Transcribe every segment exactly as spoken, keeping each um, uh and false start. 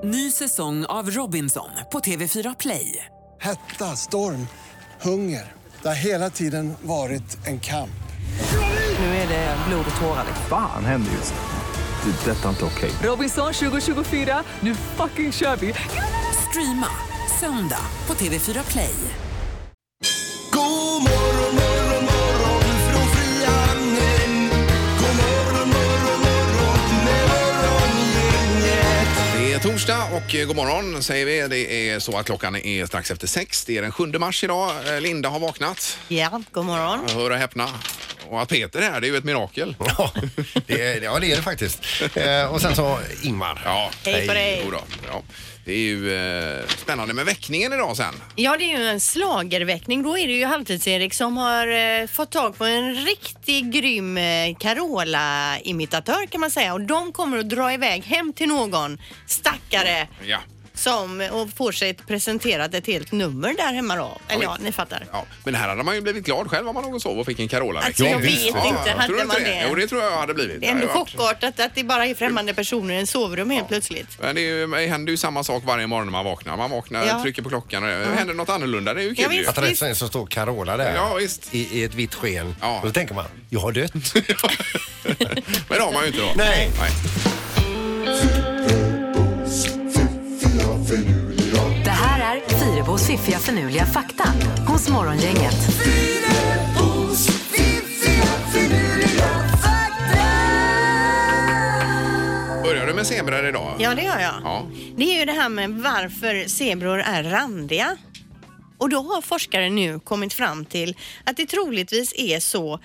Ny säsong av Robinson på T V fyra Play. Hetta, storm, hunger. Det har hela tiden varit en kamp. Nu är det blod och tårar. Fan händer just det. Det är detta inte okej. Robinson tjugo tjugofyra, nu fucking kör vi. Streama söndag på T V fyra Play. God morgon, morgon, morgon från Frihamnen. God morgon, morgon, morgon med morgongänget. Det är torsdag och god morgon säger vi. Det är så att klockan är strax efter sex. Det är den sjunde mars idag. Linda har vaknat. Ja, god morgon. Hör och häpna. Och att Peter är här, det är ju ett mirakel. Ja, det är, ja, det är det faktiskt. Eh, och sen så Ingmar. Ja, Hej på dig. Jodå, ja. Det är ju eh, spännande med väckningen idag sen. Ja, det är ju en slagerväckning. Då är det ju Halvtids-Erik som har eh, fått tag på en riktigt grym eh, Carola-imitatör kan man säga. Och de kommer att dra iväg hem till någon stackare Ja. som och får sig presenterat ett helt nummer där hemma då. Eller ja, ni fattar. Ja, men här hade man ju blivit glad själv om man någon sov och fick en Carola-väckning. Alltså, jag visst. vet Ja, inte, jag hade tror man inte det? Jo, det tror jag hade blivit. Det är ändå hade varit- chockartat att det bara är främmande personer i en sovrum helt plötsligt. Men det, är ju, det händer ju samma sak varje morgon när man vaknar. Man vaknar, Ja. trycker på klockan och det händer något annorlunda. Det är ju kul Ja, ju. visst. Att rätt så står Carola där Ja, visst. i, i ett vitt sken. Ja. Och då tänker man, jag har dött. Men det har man ju inte då. Nej. Nej. Det här är Fyrebos fiffiga förnuliga fakta hos Morgongänget. Fyrebos fiffiga finurliga fakta. Börjar du med zebror idag? Ja, det gör jag. Ja. Det är ju det här med varför zebror är randiga. Och då har forskare nu kommit fram till att det troligtvis är så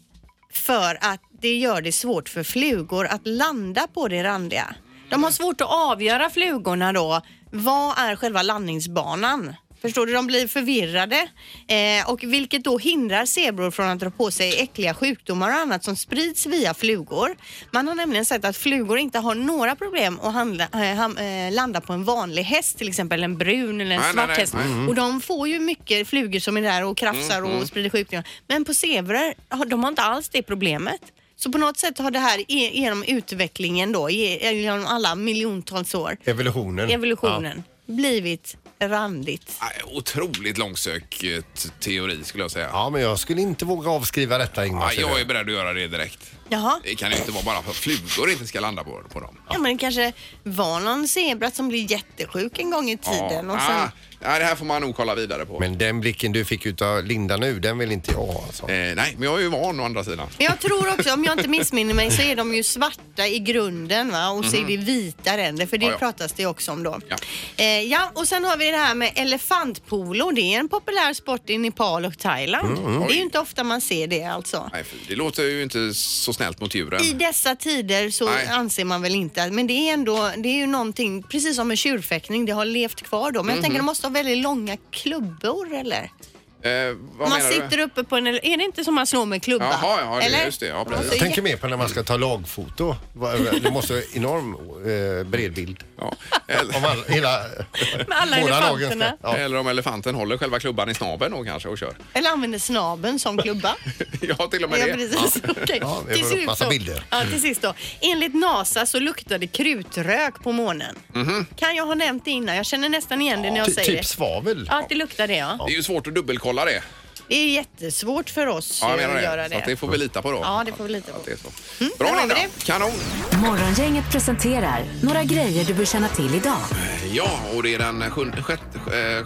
för att det gör det svårt för flugor att landa på det randiga. De har svårt att avgöra flugorna då. Vad är själva landningsbanan? Förstår du? De blir förvirrade. Eh, och vilket då hindrar zebror från att dra på sig äckliga sjukdomar och annat som sprids via flugor. Man har nämligen sett att flugor inte har några problem att handla, eh, ham, eh, landa på en vanlig häst. Till exempel en brun eller en Nej, svart nej, nej. häst. Mm. Och de får ju mycket flugor som är där och krafsar Mm, och mm. sprider sjukdomar. Men på zebror, har- de har inte alls det problemet. Så på något sätt har det här e- genom utvecklingen då, ge- genom alla miljontals år, Evolutionen. evolutionen, blivit randigt. Nej, otroligt långsökt teori skulle jag säga. Ja, men jag skulle inte våga avskriva detta, Ingmar. Ja, jag är beredd att göra det direkt. Jaha. Det kan ju inte vara bara för att flugor inte ska landa på, på dem. Ja, men det kanske var någon zebra som blev jättesjuk en gång i tiden. Och sen... ah, nej, det här får man nog kolla vidare på. Men den blicken du fick ut av Linda nu, den vill inte jag ha. Alltså. Eh, nej, men jag är ju van å andra sidan. Men jag tror också, om jag inte missminner mig, så är de ju svarta i grunden, va? Och så är det vita ränder, för det Ja, ja. pratas det också om då. Ja. Eh, ja, och sen har vi det här med elefantpolo. Det är en populär sport i Nepal och Thailand. Det är ju inte ofta man ser det alltså. Nej, för det låter ju inte så snällt mot djuren. I dessa tider så Nej. anser man väl inte, men det är ändå, det är ju någonting, precis som med tjurfäktning, det har levt kvar då. Men jag tänker de måste ha väldigt långa klubbor, eller? Eh, vad man menar sitter du? uppe på en, är det inte som man slår med klubba? Jaha, ja, det, eller? just det. Ja, precis. Alltså, Jag tänker mer på när man ska ta lagfoto. Det måste vara enorm eh, bred bild. Ja. Eller, Om all, hela, Med alla båda lagen elefanterna. ska- Ja. eller om elefanten håller själva klubban i snabeln och kanske och kör. Eller använder snabeln som klubba. Ja, till och med Ja, det. precis. Okej. Ja, vi Till får upp sist massa då- bilder. Ja, till sist då. Enligt NASA så luktar det krutrök på månen. Kan jag ha nämnt det innan? Jag känner nästan igen det när jag Ty, säger typ det. svavel. Ja, att det luktar det, ja. Det är ju svårt att dubbelkolla det. Det är jättesvårt för oss Ja, jag att menar det. göra Så det. att det får vi lita på då. Ja, det får vi lita på. Att det är så. Mm, Bra, där har vi Linda. Kanon. Morgongänget presenterar några grejer du bör känna till idag. Ja, och det är den sjunde, sjätte, eh,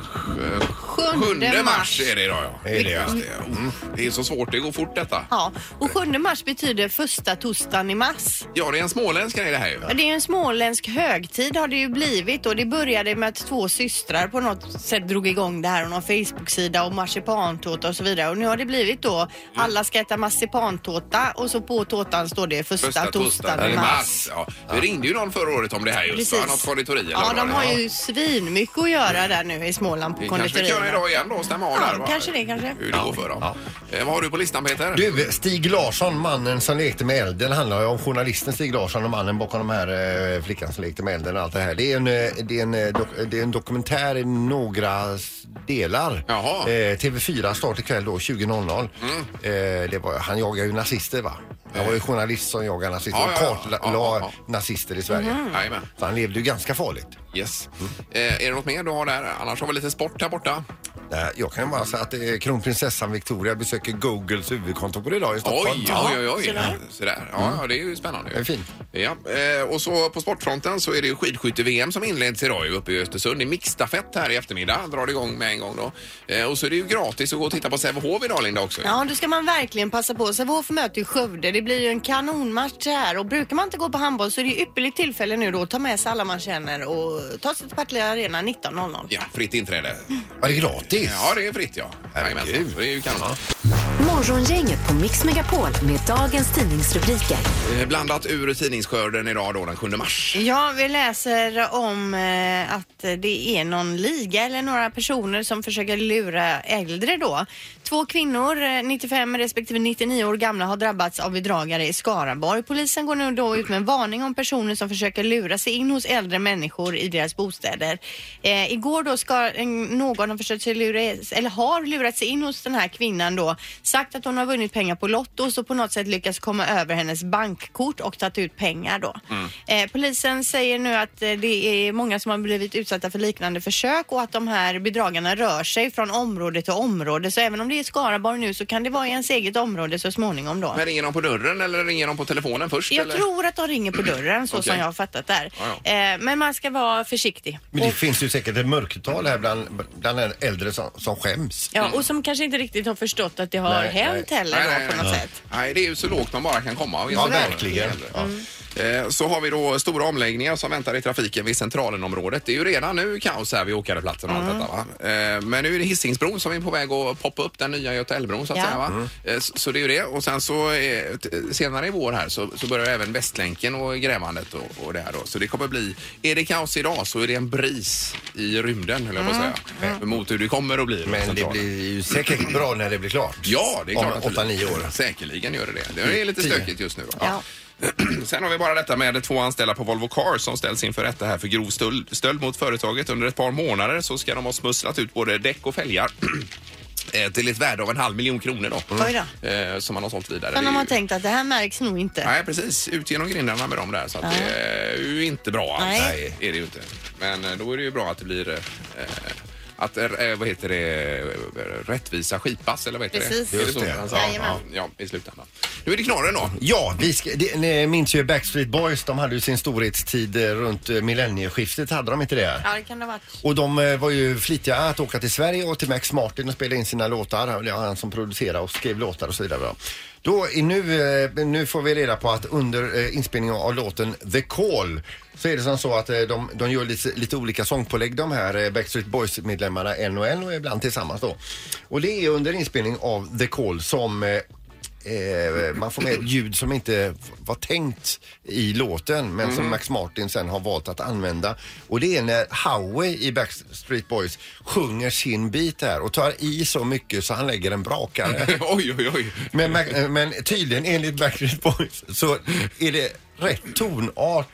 Sjunde sjunde mars mars är det idag, ja. Är det, ja. Just det. Mm. Det är så svårt, det går fort detta. Ja, och sjunde mars betyder första torsdagen i mars. Ja, det är en småländsk grej det här ju. Ja, det är en småländsk högtid har det ju blivit, och det började med att två systrar på något sätt drog igång det här och någon Facebook-sida och marsipantårta och så vidare. Och nu har det blivit då, alla ska äta marsipantårta och så på tårtan står det första, Första torsdagen i mars. Ja. Det ringde ju någon förra året om det här just. Precis. Va? Något konditori eller Ja, vad de det har var. ju svinmycket att göra där nu i Småland på Det kanske vi kan konditorierna. göra idag igen då, stämma av Ja, där. va? kanske det, kanske. Hur det går för dem. Eh, vad har du på listan, Peter? Du, Stig Larsson, mannen som lekte med elden, handlar ju om journalisten Stig Larsson och mannen bakom de här eh, flickan som lekte med elden och allt det här. Det är en, eh, det är en, eh, dok, det är en dokumentär i några s- delar. Jaha. Eh, T V fyra start ikväll då tjugo noll noll. Mm. Eh, det var, han jagar ju nazister, va? Han var ju journalist som jagade nazister Ja, och ja, ja. kartlade Ja, ja, ja. nazister i Sverige. Mm. Jajamän. Så han levde ju ganska farligt. Yes. Eh, är det något mer du har där? Annars har vi lite sport här borta. Nej, jag kan bara säga att eh, kronprinsessan Victoria besöker Googles huvudkontor idag i Stockholm. Oj, oj, oj, oj. Sådär. Sådär. Ja, ja, det är ju spännande. Det är fint. Ja, eh, och så på sportfronten så är det ju skidskytte-V M som inleds idag uppe i Östersund. Det är mixstafett här i eftermiddag. Drar det igång med en gång då. Eh, och så är det ju gratis att gå och titta på Sävehof idag, Linda, också. Ja, då ska man verkligen passa på. Sävehof möter ju Skövde. Det blir ju en kanonmatch här. Och brukar man inte gå på handboll så är det ju ypperligt tillfälle nu då att ta med sig alla man känner och ta sig till Partille Arena nitton noll noll. Ja, fritt inträde. Var det gratis? Ja, det är fritt, ja. Jajamensan. Så det är ju kanon. Morgongänget på Mix Megapol med dagens tidningsrubriker. Eh, Blandat ur tidningsskörden idag då den sjunde mars. Ja, vi läser om eh, att det är någon liga eller några personer som försöker lura äldre då. Två kvinnor, eh, nittiofem respektive nittionio år gamla, har drabbats av bedragare i Skaraborg. Polisen går nu då ut med en varning om personer som försöker lura sig in hos äldre människor i deras bostäder. Eh, igår då ska en, någon har försökt sig lura, eller har lurat sig in hos den här kvinnan då, sagt att hon har vunnit pengar på Lotto och så på något sätt lyckas komma över hennes bankkort och tagit ut pengar då. Mm. Eh, polisen säger nu att eh, det är många som har blivit utsatta för liknande försök och att de här bedragarna rör sig från område till område. Så även om det är Skaraborg nu så kan det vara i ens eget område så småningom då. Men ringer de på dörren eller ringer de på telefonen först? Jag eller? tror att de ringer på dörren så Okay. som jag har fattat där. Ja, ja. Eh, men man ska vara försiktig. Men det och, finns ju säkert ett mörkertal här bland, bland äldre som, som skäms. ja, och som kanske inte riktigt har förstått att det har Nej, hänt nej. heller Nej, då nej, på något nej. sätt. Nej, det är ju så lågt man bara kan komma. Ja, verkligen. Ja. Eh, Så har vi då stora omläggningar som väntar i trafiken vid Centralenområdet. Det är ju redan nu kaos här vid Åkareplatsen och allt detta, va? Eh, Men nu är det Hisingsbron som är på väg att poppa upp, den nya Götaälvbron så att Ja. säga, va? Eh, Så så det är ju det. Och sen så eh, t- senare i vår här så, så börjar även Västlänken och grävandet och, och det här då. Så det kommer bli, är det kaos idag så är det en bris i rymden, höll jag på att säga. Mot hur det kommer att bli. då, Men det centralen. blir ju säkert bra när det blir klart. Ja, det är klart Om att det åtta, blir. nio år. Säkerligen gör det det. Det är lite Tio. stökigt just nu då. Ja. Sen har vi bara detta med två anställda på Volvo Cars som ställs inför rätta här för grov stöld, stöld mot företaget. Under ett par månader så ska de ha smusslat ut både däck och fälgar eh, till ett värde av en halv miljon kronor då. Oj då. Eh, som man har sålt vidare. Men Det de är har ju- tänkt att det här märks nog inte. Nej, precis. Ut genom grindarna med dem där. Så att Ja. det är ju inte bra alls. Nej. Nej, är det ju inte. Men eh, då är det ju bra att det blir... Eh, att, eh, vad heter det, rättvisa skipas eller vad heter Precis. det? Är det Just så det. han sa? Jajamän. Ja, ja, i slutändan. Nu är det knorren då. Ja, vi ska, det, ni minns ju Backstreet Boys, de hade ju sin storhetstid eh, runt eh, millennieskiftet, hade de inte det? Ja, det kan det ha varit. Och de eh, var ju flitiga att åka till Sverige och till Max Martin och spela in sina låtar. Det var han som producerade och skrev låtar och så vidare. Då, i nu, eh, nu får vi reda på att under eh, inspelningen av låten The Call så är det som så att eh, de, de gör lite, lite olika sångpålägg, de här eh, Backstreet Boys-medlemmarna en och en och ibland tillsammans då. Och det är under inspelning av The Call som eh, Eh, man får med ett ljud som inte var tänkt i låten men som Max Martin sen har valt att använda. Och det är när Howie i Backstreet Boys sjunger sin bit här och tar i så mycket så han lägger en brakare. oj, oj, oj. Men, Mac- men tydligen enligt Backstreet Boys så är det rätt tonart.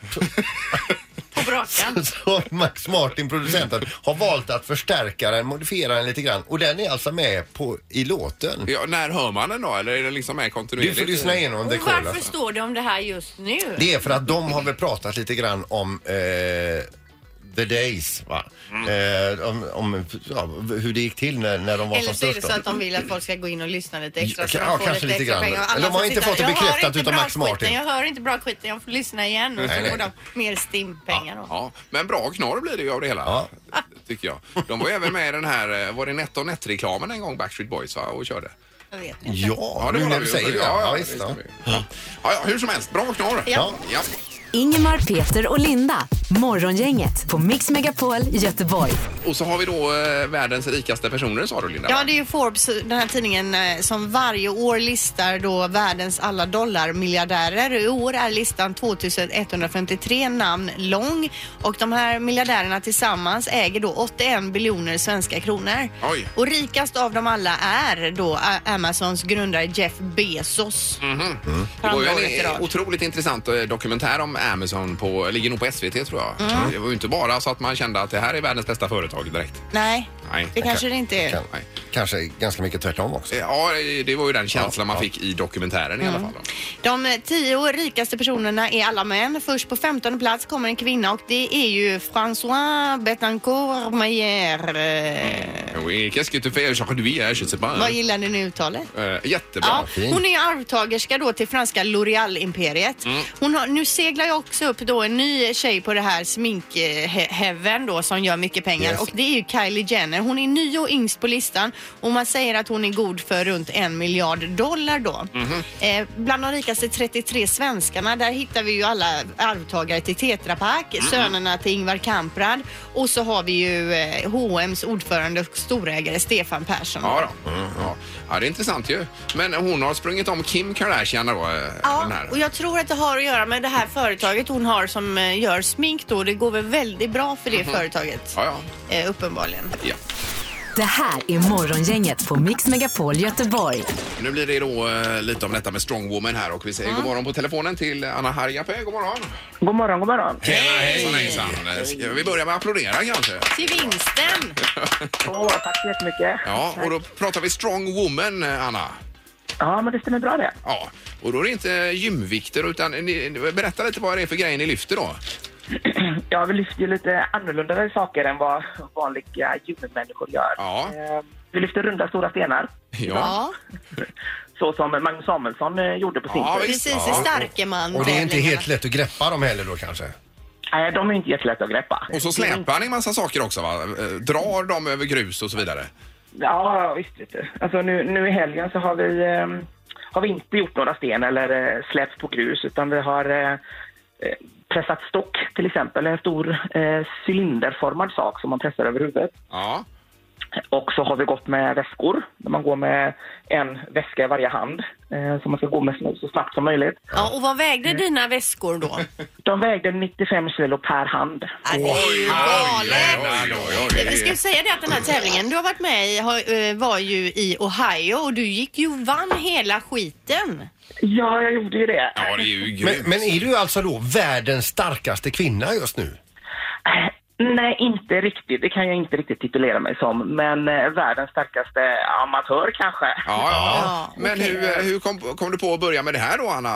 På brakan. Så Max Martin, producenten, har valt att förstärka den, modifiera den lite grann. Och den är alltså med på, i låten. Ja, när hör man den då? Eller är den liksom med Du kontinuerligt? får lyssna igenom The Och Call. varför Alltså. står det om det här just nu? Det är för att de har väl pratat lite grann om eh, The Days, va? Mm. Eh, om om ja, hur det gick till när, när de var Eller som så är det störst. så att de vill att folk ska gå in och lyssna lite extra. Ja, så de ja, får kanske lite extra grann. pengar. Och alla Eller de har som inte sitter, fått det "Jag hör bekräftat inte utav Max bra Martin." skiten, Jag hör inte bra skiten, jag får lyssna igen och Nej, så nej. får de mer stimpengar då. Ja, men bra knorr blir det ju av det hela. Ja. Tycker jag. De var ju även med i den här, var det Net och Net-reklamen en gång, Backstreet Boys, va? Och körde. Jag vet inte. Ja, det nu var när de du ju. säger det. Ja, Ja, ja, visst, det ja. stämmer ju. Ja. Ja, ja, hur som helst, bra knorr. Ja. Ja. Ingemar, Peter och Linda. Morgongänget på Mix Megapol Göteborg. Och så har vi då eh, världens rikaste personer, sa du, Linda? Ja, det är ju Forbes, den här tidningen eh, som varje år listar då världens alla dollarmiljardärer. I år är listan tvåtusen etthundrafemtiotre namn lång och de här miljardärerna tillsammans äger då åttioen biljoner svenska kronor. Oj. Och rikast av dem alla är då A- Amazons grundare Jeff Bezos. Det Har var han ju dragit i en rad. otroligt intressant eh, dokumentär om Amazon på, ligger nog på S V T, tror jag. Mm. Det var ju inte bara så att man kände att det här är världens bästa företag direkt. Nej, Nej. det kanske det inte är. Kan. Nej. kanske ganska mycket tvärtom också. Ja, det var ju den känslan Ja, man ja. fick i dokumentären i alla fall. Då. De tio rikaste personerna är alla män. Först på femtonde plats kommer en kvinna och det är ju François Bettencourt Mayer. Oui, qu'est-ce que tu fais aujourd'hui? Je sais pas. Vad gillar ni nu uttalet? Uh, jättebra. Ja, fint. hon är arvtagerska då till franska L'Oréal-imperiet. Mm. Hon har, nu seglar jag också upp då en ny tjej på det här smink-heaven då som gör mycket pengar. Yes. Och det är ju Kylie Jenner. Hon är ny och yngst på listan och man säger att hon är god för runt en miljard dollar då. Mm-hmm. Eh, bland de rikaste trettiotre svenskarna där hittar vi ju alla arvtagare till Tetra Pak, Mm-hmm. sönerna till Ingvar Kamprad och så har vi ju eh, H och M's ordförande och storägare Stefan Persson. Ja, då. Ja. ja, det är intressant ju. Men hon har sprungit om Kim Kardashian då, Ja, den här. och jag tror att det har att göra med det här företaget hon har som eh, gör smink då. Det går väl väldigt bra för det företaget, Ja, ja. eh, uppenbarligen. ja. Det här är Morgongänget på Mix Megapol Göteborg. Nu blir det då eh, lite om detta med Strong Woman här och vi säger god morgon på telefonen till Anna Harjapä. God morgon. God morgon, god morgon. Hejsan, hejsan. Ska vi börja med att applådera kanske? Till vinsten! Åh, tack så jättemycket. Ja, och då pratar vi Strong Woman, Anna. Ja, men det stämmer bra det. Ja, och då är det inte gymvikter utan ni, berätta lite vad det är för grejer ni lyfter då. Ja, vi lyfter ju lite annorlunda saker än vad vanliga gymmänniskor gör. Ja. Eh, Vi lyfter runda stora stenar. Ja. Så som Magnus Samuelsson eh, gjorde på sin Ja, tid. visst. Precis, Ja. i Starkeman. Och det är inte helt lätt att greppa dem heller då kanske? Nej, de är inte jättelätta att greppa. Och så släpar ni en massa saker också va? Eh, Drar dem över grus och så vidare. Ja, visst. Vet du. Alltså nu, nu i helgen så har vi, eh, har vi inte gjort några sten eller eh, släppt på grus utan vi har eh, eh, pressat stock till exempel. En stor eh, cylinderformad sak som man pressar över huvudet. Ja. Och så har vi gått med väskor. Där man går med en väska i varje hand. Eh, så man ska gå med så snabbt som möjligt. Ja, och vad vägde dina väskor då? De vägde nittiofem kilo per hand. Ja, det är ju galet! oj, oj, oj. Vi ska säga det att den här tävlingen du har varit med i har, eh, var ju i Ohio och du gick ju och vann hela skiten. Ja, jag gjorde ju det. Ja, det är ju Men, grymt. men är du alltså då världens starkaste kvinna just nu? Eh, Nej, inte riktigt. Det kan jag inte riktigt titulera mig som. Men eh, världens starkaste amatör kanske. Ja, ja. Ja, Men okej. hur, hur kom, kom du på att börja med det här då, Anna?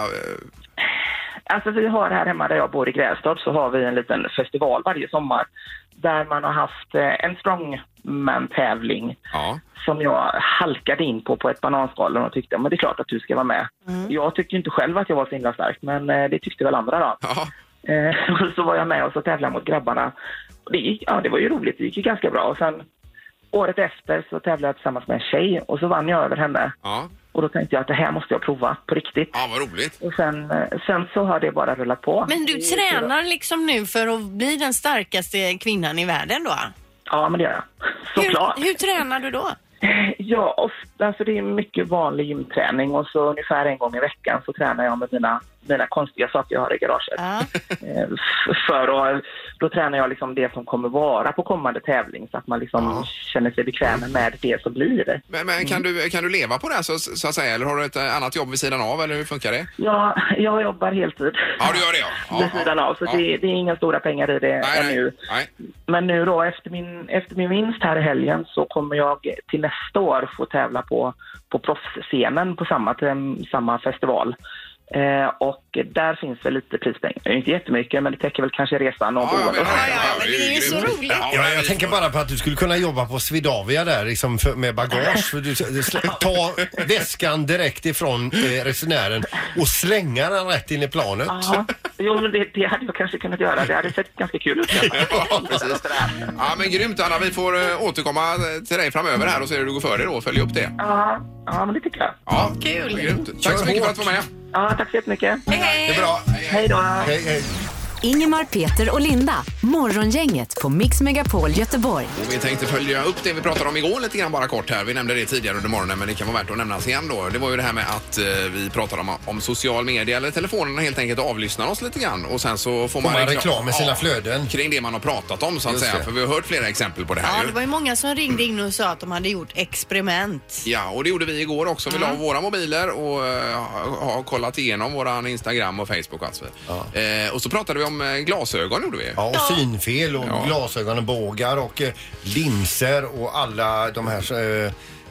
Alltså vi har här hemma där jag bor i Grästorp så har vi en liten festival varje sommar. Där man har haft eh, en strongman-tävling. Ja. Som jag halkade in på på ett bananskal och tyckte men det är klart att du ska vara med. Jag tyckte inte själv att jag var så himla stark men eh, det tyckte väl andra då. Ja. Eh, och så var jag med och så tävlade mot grabbarna. Och det, gick, ja, det var ju roligt, det gick ju ganska bra. Och sen året efter så tävlade jag tillsammans med en tjej och så vann jag över henne. Ja. Och då tänkte jag att det här måste jag prova på riktigt. Ja, vad roligt. Och sen, eh, sen så har det bara rullat på. Men du tränar liksom nu för att bli den starkaste kvinnan i världen då? Ja, men det gör jag. Såklart. Hur, hur tränar du då? Ja, ofta, alltså det är mycket vanlig gymträning och så ungefär en gång i veckan så tränar jag med mina, mina konstiga saker jag har i garaget. Ja. Eh, f- för att, då tränar jag liksom det som kommer vara på kommande tävling så att man liksom Ja. känner sig bekväm med det som blir. Men, men kan, du, kan du leva på det här så, så att säga? Eller har du ett eh, annat jobb vid sidan av? Eller hur funkar det? Ja, jag jobbar heltid. Ja, du gör det ja. ja vid sidan av, så ja. det, det är inga stora pengar i det Nej, ännu. nej, nej. Men nu då, efter min, efter min vinst här i helgen så kommer jag till nästa år få tävla på, på proffsscenen på samma, till, samma festival. Eh, och där finns väl lite prispengar. Inte jättemycket, men det täcker väl kanske resan och Ja, ja, boendet. men, ja, ja, men det är ju så grymt. roligt. Ja, Ja, men jag vi tänker får- bara på att du skulle kunna jobba på Swedavia där liksom för, med bagage. För du, du, slä- ta väskan direkt ifrån eh, resenären och slänga den rätt in i planet. Ja, jo, men det, det hade jag kanske kunnat göra. Det hade sett ganska kul ut. Ja, precis. Ja, men grymt Anna. Vi får uh, återkomma till dig framöver här och se hur du går för dig då. Följ upp det. Ja, ja, men det tycker jag. Ja, Kul. Grymt. Tack så Kör mycket för hårt. att du var med. Ja, tack så jättemycket. Hej, hej. Det är bra. Hej då. Hej, hej. Ingemar, Peter och Linda. Morgongänget på Mix Megapol Göteborg. Och vi tänkte följa upp det vi pratade om igår lite grann bara kort här. Vi nämnde det tidigare under morgonen men det kan vara värt att nämnas igen då. Det var ju det här med att eh, vi pratade om, om social media eller telefonerna helt enkelt avlyssnar oss lite grann och sen så får man, man reklam med sina ja, flöden. kring det man har pratat om så att Just säga. det. För vi har hört flera exempel på det här Ja, ju. det var ju många som ringde in och sa att de hade gjort experiment. Ja, och det gjorde vi igår också. Vi la våra mobiler och uh, har har kollat igenom våran Instagram och Facebook och allt så vidare. Eh, och så pratade vi om eh, glasögon gjorde vi. Ja, och synfel och Ja. glasögonbågar och eh, linser och alla de här eh,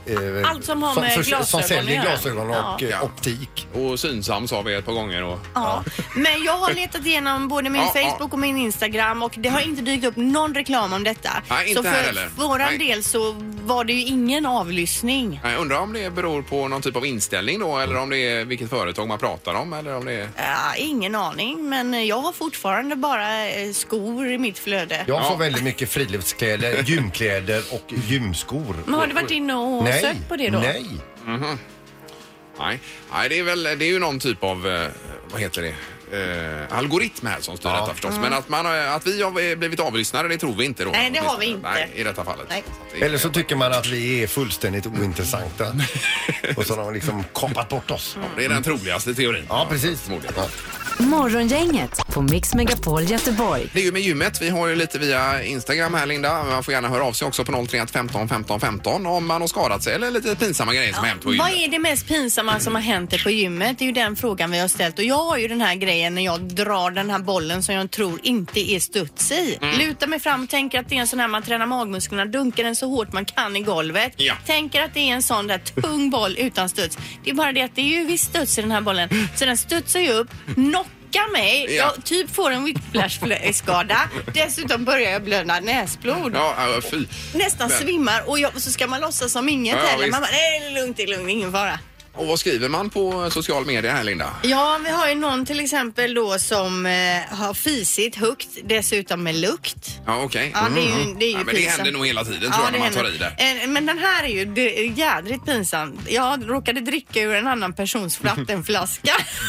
eh, Allt som har med för, glasögon som säljer att göra. glasögon och Ja. eh, optik. Och Synsam sa vi ett par gånger. Och, Ja. Men jag har letat igenom både min Ja, Facebook och min Instagram och det har inte dykt upp någon reklam om detta. Nej, inte så här för heller. våran Nej. del så var det ju ingen avlyssning. Jag undrar om det beror på någon typ av inställning då, eller om det är vilket företag man pratar om, eller om det är... Ja, ingen aning, men jag har fortfarande bara eh, skor i mitt flöde. Jag får Ja. väldigt mycket friluftskläder, gymkläder och gymskor. Men har du varit inne och Nej, sökt på det då? nej. Nej, Nej det, är väl, det är ju någon typ av, eh, vad heter det, eh, algoritm här som styr Ja. detta förstås. Men att, man, har- att vi har blivit avlyssnade, det tror vi inte då. Nej, det har vi inte. Nej, i detta fallet. Nej. Så att det är- Eller så tycker man att vi är fullständigt ointressanta. Och så har de liksom kapat bort oss. Det är den troligaste teorin. Ja, precis. Förmodligen. Ja. Morgongänget på Mix Megapol Göteborg. Det är ju med gymmet. Vi har ju lite via Instagram här, Linda. Man får gärna höra av sig också på noll tre ett femton femton femton om man har skadat sig eller lite pinsamma grejer som har hänt på Vad gymmet. är det mest pinsamma som har hänt er på gymmet? Det är ju den frågan vi har ställt. Och jag har ju den här grejen när jag drar den här bollen som jag tror inte är studs i. Mm. Lutar mig fram och tänker att det är en sån här man tränar magmusklerna, dunkar den så hårt man kan i golvet. Ja. Tänker att det är en sån där tung boll utan studs. Det är bara det att det är ju viss studs i den här bollen. Så den studsar ju upp, knockar mig, Ja. jag typ får en whiplash-skada. Dessutom börjar jag blöda näsblod. Ja, ja, fy. Nästan Men- svimmar och jag, så ska man låtsas som inget Ja, heller. visst. Man bara, nej det är lugnt, det är lugnt, ingen fara. Och vad skriver man på social media här, Linda? Ja, vi har ju någon till exempel då som eh, har fisit högt, dessutom med lukt. Ja, okej. Ja, det är ju, det är ju Ja, men det pinsamt. händer nog hela tiden tror jag när man tar i händer. det. Eh, Men den här är ju det är jädrigt pinsamt. Jag råkade dricka ur en annan persons vattenflaska.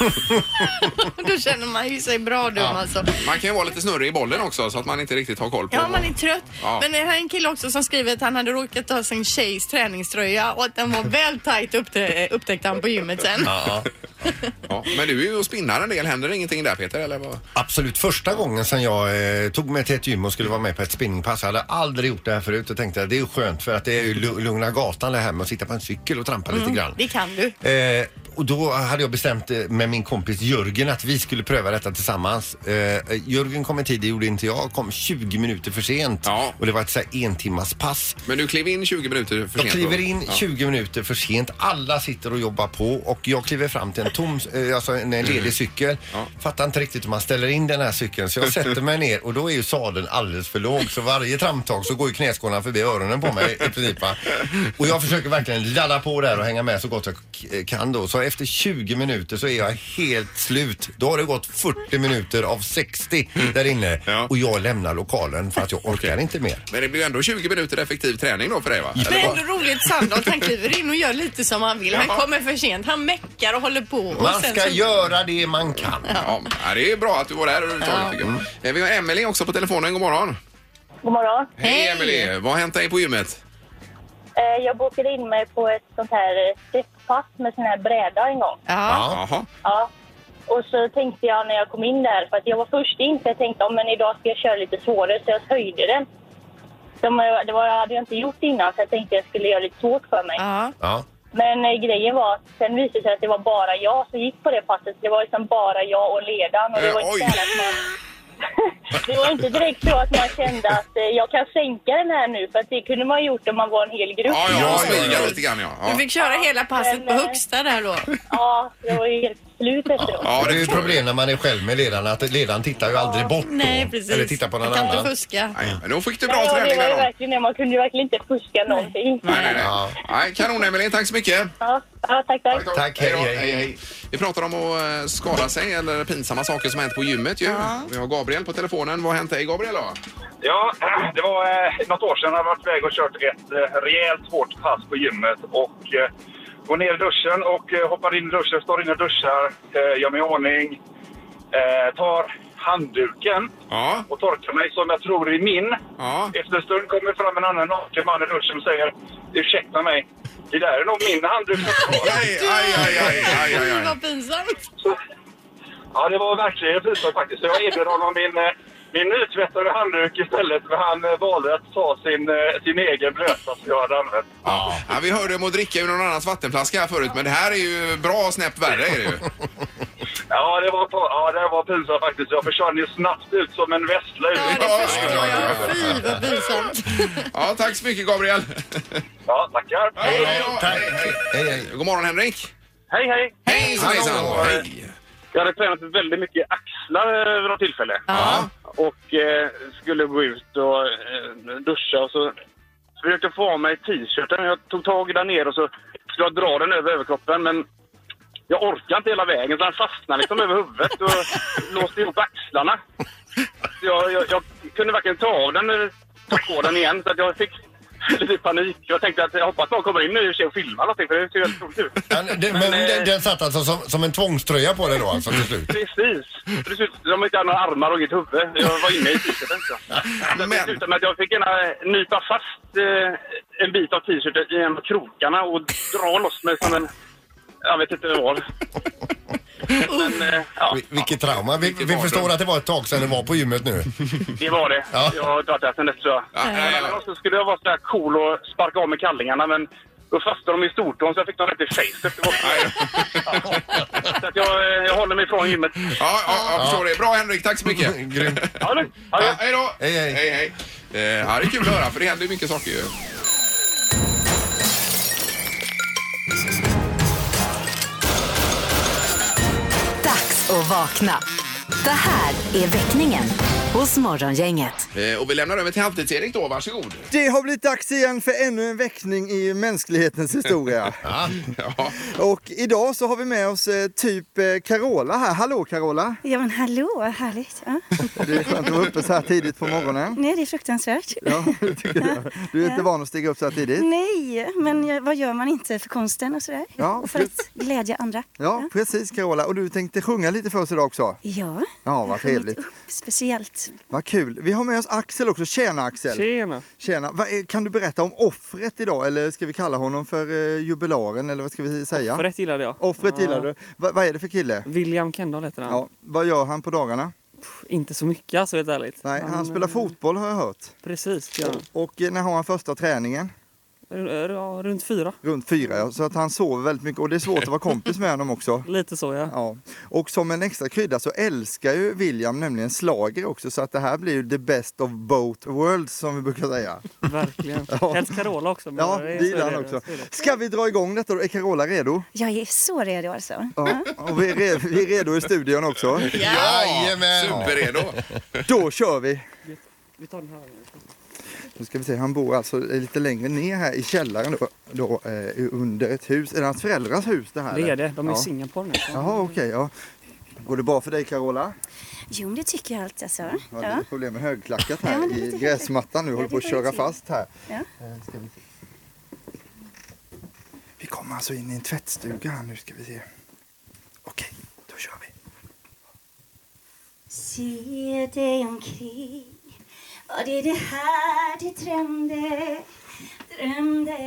Då känner man ju sig bra dum alltså. Man kan ju vara lite snurrig i bollen också så att man inte riktigt har koll på... Ja, man är trött. Ja. Men det här är en kille också som skriver att han hade råkat ta sin tjejs träningströja och att den var väl tajt upptä- upptäckte han på gymmet sen. Ja. Ja, men du är ju och spinnar en del. Händer det ingenting där, Peter? Eller vad? Absolut. Första gången som jag eh, tog mig till ett gym och skulle vara med på ett spinningpass. Jag hade aldrig gjort det här förut och tänkte att det är ju skönt för att det är ju lu- lugna gatan det här med att sitta på en cykel och trampa lite grann. Det kan du. Eh, och då hade jag bestämt eh, med min kompis Jörgen att vi skulle pröva detta tillsammans. Eh, Jörgen kom i tid, det gjorde inte jag. Kom tjugo minuter för sent. Ja. Och det var ett så här en timmas pass. Men du klev in tjugo minuter för Jag sent? kliver då? in Ja. tjugo minuter för sent. Alla sitter och jobbar på och jag kliver fram till en tom, eh, alltså en ledig cykel. Mm. Ja. Fattar inte riktigt hur man ställer in den här cykeln så jag sätter mig ner och då är ju sadeln alldeles för låg så varje tramptag så går ju knäskålarna förbi öronen på mig i princip. va. Och jag försöker verkligen ladda på där och hänga med så gott jag k- kan då. Så efter tjugo minuter så är jag helt slut. Då har det gått fyrtio minuter av sextio där inne Ja. och jag lämnar lokalen för att jag orkar inte mer. Men det blir ju ändå tjugo minuter effektiv träning då för dig, va? Det Eller är vad? ändå roligt Sandholt, han kliver in och gör lite som han vill. Han Ja. kommer för sent, han meckar och håller på. Och Man sen ska så... göra det man kan. Ja, ja, det är bra att du var där överhuvudtaget, tycker jag. Eh, Vi har Emelie också på telefonen. God morgon. God morgon. Hej, Emelie. Vad har hänt dig på gymmet? Eh, Jag bokade in mig på ett sånt här steppass med sån här bräda en gång. Ja. Jaha. Ja. Och så tänkte jag när jag kom in där, för att jag var först in, så jag tänkte om men idag ska jag köra lite svårare, så jag höjde den. Som, eh, det var, hade jag inte gjort innan, så jag tänkte jag skulle göra lite svårt för mig. Ja. Ja. Men eh, grejen var att sen visade det sig att det var bara jag som gick på det passet. Det var liksom bara jag och ledaren. Och det var Eh, oj. inte så här att man... Det var inte direkt så att man kände att eh, jag kan sänka den här nu, för att det kunde man ha gjort om man var en hel grupp. Ja, ja, Ja, smyga ja, ja. lite grann, ja. Du Ja, fick köra hela passet på högsta där då. Ja, det var ju helt slut efteråt. ja det är ju förstår jag. problem när man är själv med ledaren att ledaren tittar ju aldrig bort då. Nej, precis. Eller tittar på någon Man kan annan. inte fuska. Nej, men då fick du bra Ja, det träning var ju där då. verkligen det. Man kunde ju verkligen inte fuska någonting. Nej, nej, nej. Ja. Nej, kanon, Emelie. Tack så mycket. Ja, ja tack, tack. Tack, Hej då. hej, hej. hej, hej. Vi pratar om att eh, skada sig eller pinsamma saker som har hänt på gymmet ju. Vi har Gabriel på telefonen. Vad har hänt dig, Gabriel, då? Ja, det var eh, något år sedan jag varit iväg och kört ett eh, rejält hårt pass på gymmet och eh, går ner i duschen och eh, hoppar in i duschen, står inne och duschar, eh, gör mig i ordning, eh, tar handduken Ja. och torkar mig som jag tror är min. Ja. Efter en stund kommer fram en annan naken man i duschen och säger ursäkta mig, det där är nog min handduk. Aj, aj, aj, aj, aj, aj, Det aj. var pinsamt. Ja, det var verkligen pinsamt faktiskt. Så jag erbjöd honom min, eh, min nytvättade handduk istället, för han eh, valde att ta sin, eh, sin egen blöta som jag hade använt. Ja. Ja, vi hörde om att dricka ur någon annans vattenflaska här förut, men det här är ju bra snäpp värre är det ju. Ja, det var, ja, det var pinsamt faktiskt. Jag försvann ju snabbt ut som en västla. Ja, det förstår jag. Fy, vad pinsamt. Ja, tack så mycket Gabriel. Ja, tackar. Hej, hej, tack. Hej, hej. God morgon Henrik. Hej, hej. Hej, hejsan. Hej. Jag hade tränat väldigt mycket axlar vid något tillfälle. Ja. Och eh, skulle gå ut och eh, duscha och så försökte få av mig t-shirten. Jag tog tag i den ner och så skulle jag dra den över överkroppen, men jag orkade inte hela vägen så den fastnade liksom över huvudet och låste ihop axlarna. Så jag, jag, jag kunde verkligen ta av den och ta på den igen, så att jag fick lite panik. Jag tänkte att jag hoppas att någon kommer in nu och filmar någonting, för det ser helt roligt ut. Ja, det, men Men, den, eh, den satt alltså som, som en tvångströja på det då alltså till slut? Precis. Precis. De inte hade några armar och inget huvud. Jag var inne i t-shirten. Så. Det slutade med att jag fick ena nypa fast eh, en bit av t-shirten i en av krokarna och dra loss mig som en... Jag vet inte vad. Men, eh, ja. Vil- Vilket trauma. Vi, vi förstår att det var ett tag sedan det var på gymmet nu. Det var det. Ja. Jag har varit där sen dess, tror jag. Ja, ja, ja. Och så skulle jag vara så här cool och sparka av med kallingarna, men då fastnade de i stortån så jag fick dem rätt i face efter bort. Så att jag, jag håller mig ifrån gymmet. Ja, ja, jag förstår det. Bra Henrik, tack så mycket. Grymt. Ja, det. Ja, Ja, hej då. Hej, hej. hej, hej. Eh, ja, det är kul att höra, för det händer ju mycket saker ju. Dags att vakna. Det här är väckningen hos Morgongänget. Eh, och vi lämnar över till Halvtids-Erik då, varsågod. Det har blivit dags igen för ännu en väckning i mänsklighetens historia. Ja. Och idag så har vi med oss eh, typ eh, Carola här. Hallå Carola! Ja men hallå, härligt. Ja. Det är skönt att vara uppe så här tidigt på morgonen. Nej, det är fruktansvärt. Ja, det tycker jag. Du är inte van att stiga upp så här tidigt? Nej, men jag- vad gör man inte för konsten och sådär? Ja, Och för att glädja andra. Ja, precis Carola. Och du tänkte sjunga lite för oss idag också? Ja, Ja, vad trevligt. speciellt. Vad kul. Vi har med oss Axel också. Tjena Axel! Tjena! Tjena. Vad är- Kan du berätta om offret idag? Eller ska vi kalla honom för eh, jubilaren? Eller vad ska vi säga? Offret gillade jag. Offret Ja. gillar du. Va, vad är det för kille? William Kendall heter han. Ja, vad gör han på dagarna? Pff, inte så mycket alltså, helt ärligt. Nej, han, Han, spelar eh, fotboll har jag hört. Precis, ja. Och eh, när har han första träningen? Ja, runt fyra. Runt fyra, ja. Så att han sover väldigt mycket. Och det är svårt att vara kompis med honom också. Lite så, ja. Ja. Och som en extra krydda så älskar ju William nämligen slager också. Så att det här blir ju the best of both worlds som vi brukar säga. Verkligen. Ja. Helst Carola också. Men Ja, är det så gillar är han det, också. så är det. Ska vi dra igång detta då? Är Carola redo? Jag är så redo alltså. Ja. Och vi är, redo, vi är redo i studion också. Jajamän! Superredo. Då kör vi! Vi tar den här. Nu ska vi se, han bor alltså lite längre ner här i källaren då, då eh, under ett hus. Är det hans föräldrars hus det här? Det är eller? det. De är Ja. i Singapore nu. Jaha, okej. Okay, ja. Går det bra för dig Carola? Jo, det tycker jag alltid alltså. Ja, det Ja. är problem med högklackat här Ja, men det är i lite gräsmattan nu. Ja, Håller det på att får köra jag se. fast här. Ja. Eh, ska vi, se. Vi kommer alltså in i en tvättstuga här nu ska vi se. Okej, då kör vi. Se dig omkring. Och det är det här du drömde, drömde.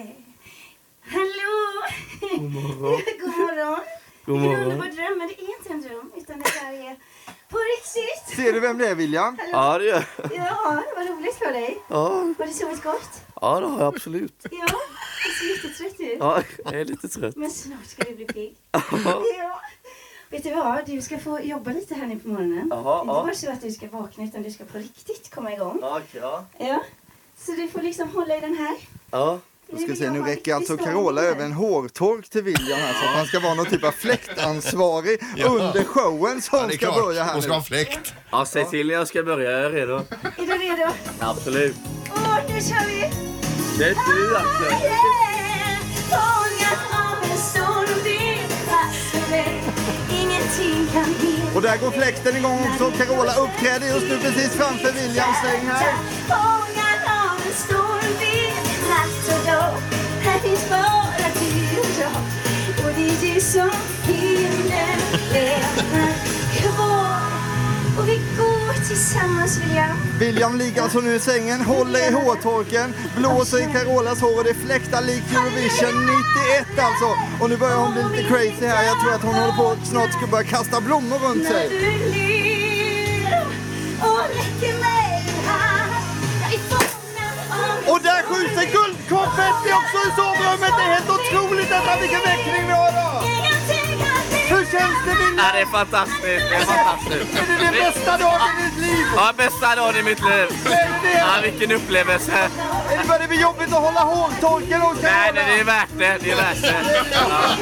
Hallå! God morgon. God morgon. God Det är en morgon. underbar dröm, men det är inte en dröm, utan det här är på riktigt. Ser du vem det är William? Hallå? Ja, det gör jag. Ja, vad roligt för dig. Ja. Har du sovit gott? Ja, det har jag absolut. Ja, du ser jättetrött ut. Ja, jag är lite trött. Men snart ska du bli pigg. Ja. Ja. Vet du vad? Du ska få jobba lite här nu på morgonen. Jaha, det är inte ja. bara så att du ska vakna, utan du ska på riktigt komma igång. Ja, okej, ja. Ja. Så du får liksom hålla i den här. Ja. Då ska vi se, nu räcker alltså Carola över en hårtork till William här så att han ska vara någon typ av fläktansvarig Ja. under showen som Ja, det är ska klart. börja här Hon ska nu. ha fläkt. Ja, Cecilia ska börja. Jag är redo. Är du redo? Absolut. Åh, nu kör vi! Det är du alltså. Fångad av en storm, det fast för mig. Ingenting kan hindra. Och där går fläkten igång också. Carola uppträder just nu precis framför Williams säng här. Fångad av en storm, det natt och dag. Här finns bara du och jag. Och det är du som himlen lämnar kvar. Och vi går tillsammans, William. William ligger alltså nu i sängen, håller i hårtorken, blåser i Carolas hår och det fläktar likt Eurovision nittioett alltså. Och nu börjar hon bli lite crazy här. Jag tror att hon håller på att snart ska börja kasta blommor runt När sig. du ler och räcker mig en hand. Jag är fångad av. Och där skjuts det guldkonfetti också i sovrummet. Det är helt otroligt detta, vilken väckning vi har idag. Ingenting kan Hur känns det, Wille? Ja, det är fantastiskt. Det är fantastiskt. Är det den bästa dagen i ditt liv? Ja, bästa dagen i mitt liv. Är det? Ja, vilken upplevelse. Är det bara det blir jobbigt att hålla hårtorken och Nej, nej, det är värt det. Det är värt det. Ja.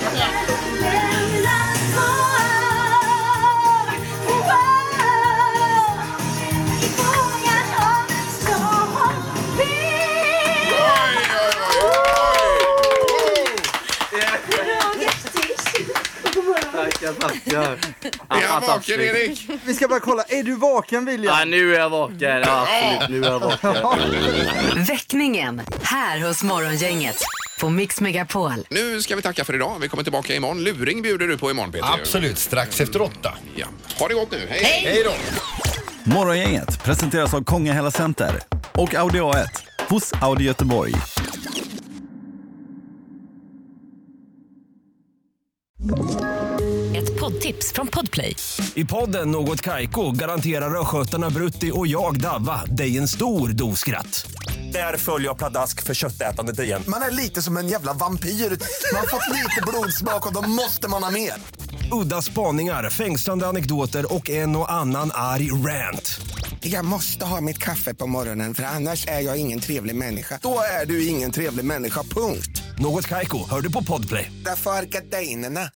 Tackar, tackar. Är han vaken, Erik? Vi ska bara kolla, är du vaken, William? Ja, nu är jag vaken. Ja, absolut, nu är jag vaken. Väckningen här hos Morgongänget på Mix Megapol. Nu ska vi tacka för idag. Vi kommer tillbaka imorgon. Luring bjuder du på imorgon, Peter. Absolut, strax efter åtta. Ja. Ha det gott nu. Hej! Hej då! Morgongänget presenteras av Kongahälla Center och Audi A ett hos Audi Göteborg. Ett poddtips från Podplay. I podden Något Kaiko garanterar röskötarna Brutti och jag Davva dig en stor doskratt. Där följer jag pladask för köttätandet igen. Man är lite som en jävla vampyr. Man har fått lite blodsmak och då måste man ha mer. Udda spaningar, fängslande anekdoter och en och annan arg rant. Jag måste ha mitt kaffe på morgonen för annars är jag ingen trevlig människa. Då är du ingen trevlig människa, punkt. Något Kaiko, hör du på Podplay. Därför är gardinerna.